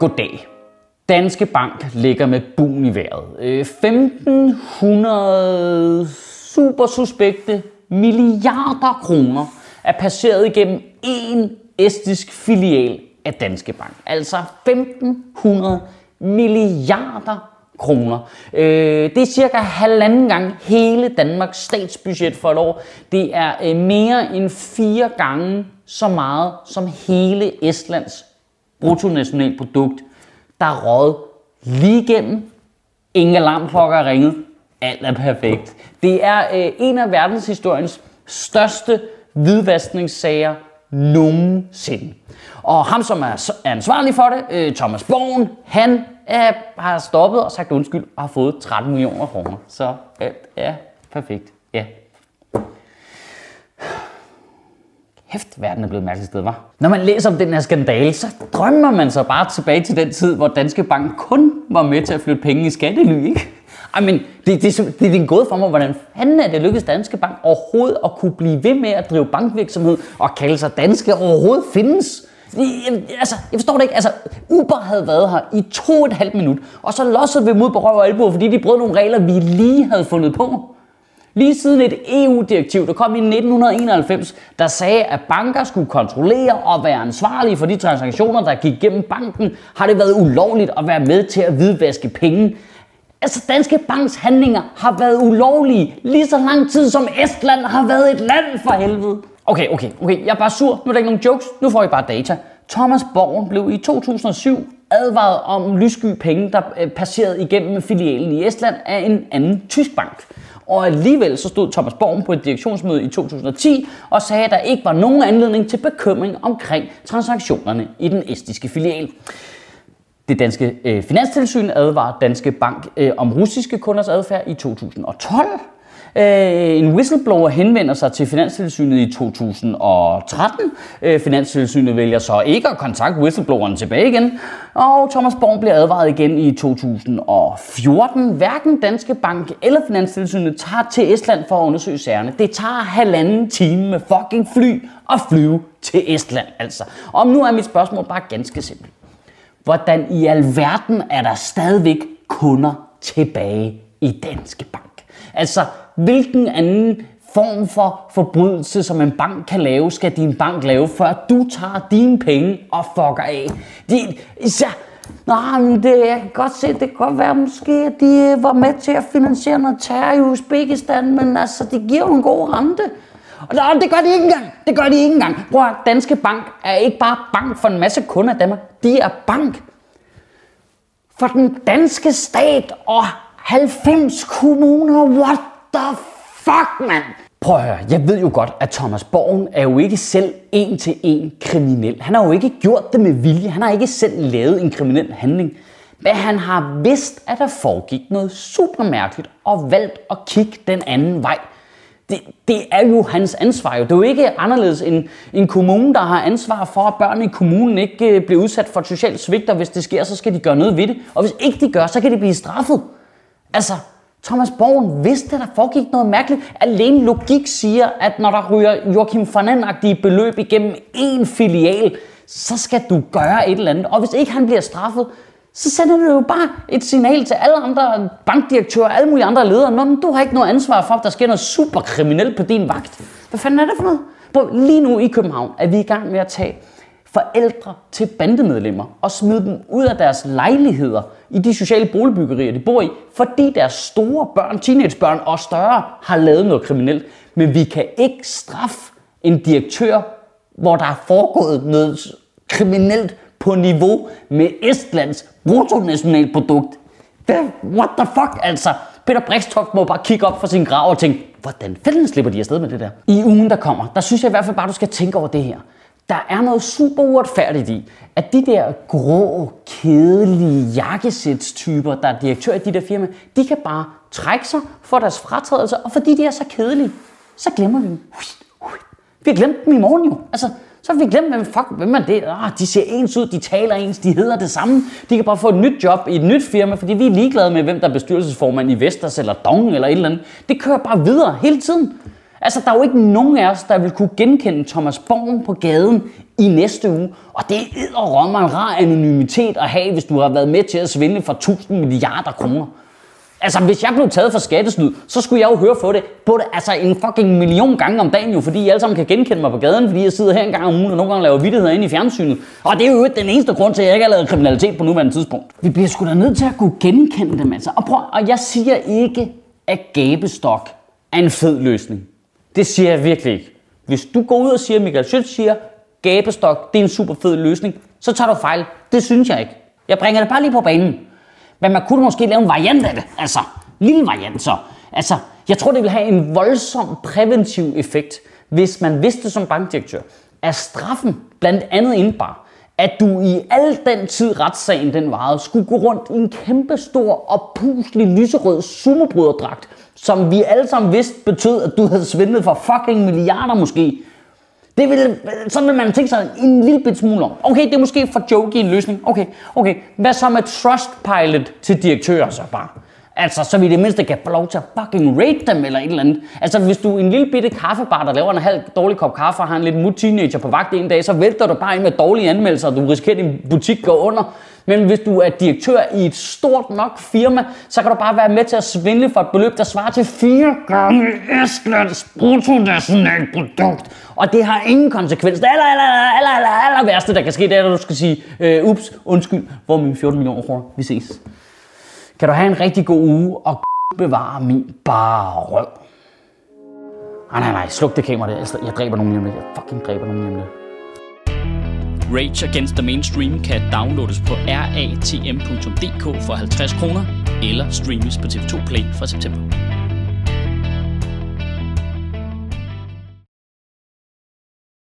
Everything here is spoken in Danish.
Goddag. Danske Bank ligger med buen i vejret. 1500 super suspekte milliarder kroner er passeret igennem én estisk filial af Danske Bank. Altså 1500 milliarder kroner. Det er cirka halvanden gang hele Danmarks statsbudget for et år. Det er mere end 4 gange så meget som hele Estlands bruttonationalprodukt, der er røget lige igennem. Ingen alarmklokker er ringet. Alt er perfekt. Det er en af verdenshistoriens største hvidvaskningssager nogensinde. Og ham, som er ansvarlig for det, Thomas Borgen, han har stoppet og sagt undskyld og har fået 13 millioner kroner. Så alt er perfekt. Ja. Hæft, verden er blevet et mærkeligt sted, hva'? Når man læser om den her skandale, så drømmer man sig bare tilbage til den tid, hvor Danske Bank kun var med til at flytte penge i skattely, ikke? Ej, men det er en gåde for mig, hvordan fanden er det lykkedes Danske Bank overhovedet at kunne blive ved med at drive bankvirksomhed og kalde sig danske overhovedet findes? Jeg forstår det ikke. Altså, Uber havde været her i 2,5 minut, og så lossede vi dem ud på røv og albuer, fordi de brød nogle regler, vi lige havde fundet på. Lige siden et EU-direktiv, der kom i 1991, der sagde, at banker skulle kontrollere og være ansvarlige for de transaktioner, der gik gennem banken, har det været ulovligt at være med til at hvidvaske penge. Altså, Danske Banks handlinger har været ulovlige lige så lang tid, som Estland har været et land, for helvede. Okay, jeg er bare sur. Nu er der ikke nogen jokes. Nu får I bare data. Thomas Borgen blev i 2007 advaret om lyssky penge, der passerede igennem filialen i Estland af en anden tysk bank. Og alligevel så stod Thomas Borgen på et direktionsmøde i 2010 og sagde, at der ikke var nogen anledning til bekymring omkring transaktionerne i den estiske filial. Det danske finanstilsyn advarede Danske Bank om russiske kunders adfærd i 2012. En whistleblower henvender sig til Finanstilsynet i 2013. Finanstilsynet vælger så ikke at kontakte whistlebloweren tilbage igen. Og Thomas Borgen bliver advaret igen i 2014. Hverken Danske Bank eller Finanstilsynet tager til Estland for at undersøge sagerne. Det tager 1,5 time med fucking fly at flyve til Estland, altså. Og nu er mit spørgsmål bare ganske simpelt. Hvordan i alverden er der stadigvæk kunder tilbage i Danske Bank? Altså, hvilken anden form for forbrydelse, som en bank kan lave, skal din bank lave, før du tager dine penge og fucker af? Jeg kan godt se, det kan godt være måske, at de var med til at finansiere noget terror i Uzbekistan, men altså, det giver jo en god rente. Og det gør de ikke engang. Prøv at Danske Bank er ikke bare bank for en masse kunder i Danmark. De er bank for den danske stat og 90 kommuner. What the fuck, mand? Prøv at høre, jeg ved jo godt, at Thomas Borgen er jo ikke selv en til en kriminel. Han har jo ikke gjort det med vilje. Han har ikke selv lavet en kriminel handling. Men han har vidst, at der foregik noget super mærkeligt og valgt at kigge den anden vej. Det er jo hans ansvar. Det er jo ikke anderledes end en kommune, der har ansvar for, at børn i kommunen ikke bliver udsat for et socialt svigt, og hvis det sker, så skal de gøre noget ved det. Og hvis ikke de gør, så kan de blive straffet. Altså, Thomas Borgen vidste, at der foregik noget mærkeligt. Alene logik siger, at når der ryger Joachim von And-agtige beløb igennem én filial, så skal du gøre et eller andet. Og hvis ikke han bliver straffet, så sender du jo bare et signal til alle andre bankdirektører og alle mulige andre ledere. Nå, du har ikke noget ansvar for, at der sker noget super kriminelt på din vagt. Hvad fanden er det for noget? Lige nu i København er vi i gang med at tage forældre til bandemedlemmer og smide dem ud af deres lejligheder i de sociale boligbyggerier, de bor i, fordi deres store børn, teenagebørn og større har lavet noget kriminelt. Men vi kan ikke straffe en direktør, hvor der er foregået noget kriminelt på niveau med Estlands bruttonationalprodukt. What the fuck, altså? Peter Brixtoft må bare kigge op fra sin grav og tænke, hvordan fanden slipper de afsted med det der? I ugen, der kommer, der synes jeg i hvert fald bare, du skal tænke over det her. Der er noget super uretfærdigt i, at de der grå, kedelige jakkesætstyper, der er direktør i de der firmaer, de kan bare trække sig for deres fratrædelse, og fordi de er så kedelige, så glemmer vi dem. Vi har glemt dem i morgen jo. Altså, så har vi glemt, hvem er det? De ser ens ud, de taler ens, de hedder det samme. De kan bare få et nyt job i et nyt firma, fordi vi er ligeglade med, hvem der er bestyrelsesformand i Vestas eller Dong eller et eller andet. Det kører bare videre hele tiden. Altså, der er jo ikke nogen af os, der vil kunne genkende Thomas Borg på gaden i næste uge. Og det er edderrømme en rar anonymitet at have, hvis du har været med til at svindle for 1000 milliarder kroner. Altså, hvis jeg blev taget for skattesnyd, så skulle jeg jo høre på det altså en fucking million gange om dagen jo, fordi I alle sammen kan genkende mig på gaden, fordi jeg sidder her en gang om ugen og nogle gange laver vittigheder inde i fjernsynet. Og det er jo den eneste grund til, at jeg ikke har lavet kriminalitet på nuværende tidspunkt. Vi bliver sgu da nødt til at kunne genkende dem, altså. Og jeg siger ikke, at gabestok er en fed løsning. Det siger jeg virkelig ikke. Hvis du går ud og siger, Michael Schøtz siger, gabestok, det er en super fed løsning, så tager du fejl. Det synes jeg ikke. Jeg bringer det bare lige på banen. Men man kunne måske lave en variant af det. Altså, lille variant så. Altså, jeg tror, det vil have en voldsom præventiv effekt, hvis man vidste som bankdirektør, at straffen blandt andet indebar, at du i al den tid retssagen den varede, skulle gå rundt i en kæmpe stor og puslig lyserød sumobryderdragt, som vi alle sammen vidste betød, at du havde svindlet for fucking milliarder måske. Sådan vil man tænke sig en lille bit smule om. Okay, det er måske for joke i en løsning. Okay. Hvad så med Trustpilot til direktører så bare? Altså, så vi det mindste kan få lov til at fucking rate dem eller et eller andet. Altså, hvis du er en lille bitte kaffebar, der laver en halv dårlig kop kaffe og har en lidt mut teenager på vagt en dag, så vælter du bare ind med dårlige anmeldelser, og du risikerer, at din butik går under. Men hvis du er direktør i et stort nok firma, så kan du bare være med til at svindle for et beløb, der svarer til 4 gange Estlands bruttonationalprodukt. Og det har ingen konsekvens. Det aller værste, der kan ske, det er, at du skal sige, ups, undskyld, hvor er mine 14 millioner kroner? Vi ses. Kan du have en rigtig god uge, og bevare min bare røv. Nej, sluk det kamera der. Jeg dræber nogen hjemme. Jeg fucking dræber nogen hjemme. Rage Against the Mainstream kan downloades på ratm.dk for 50 kroner, eller streames på TV2 Play fra september.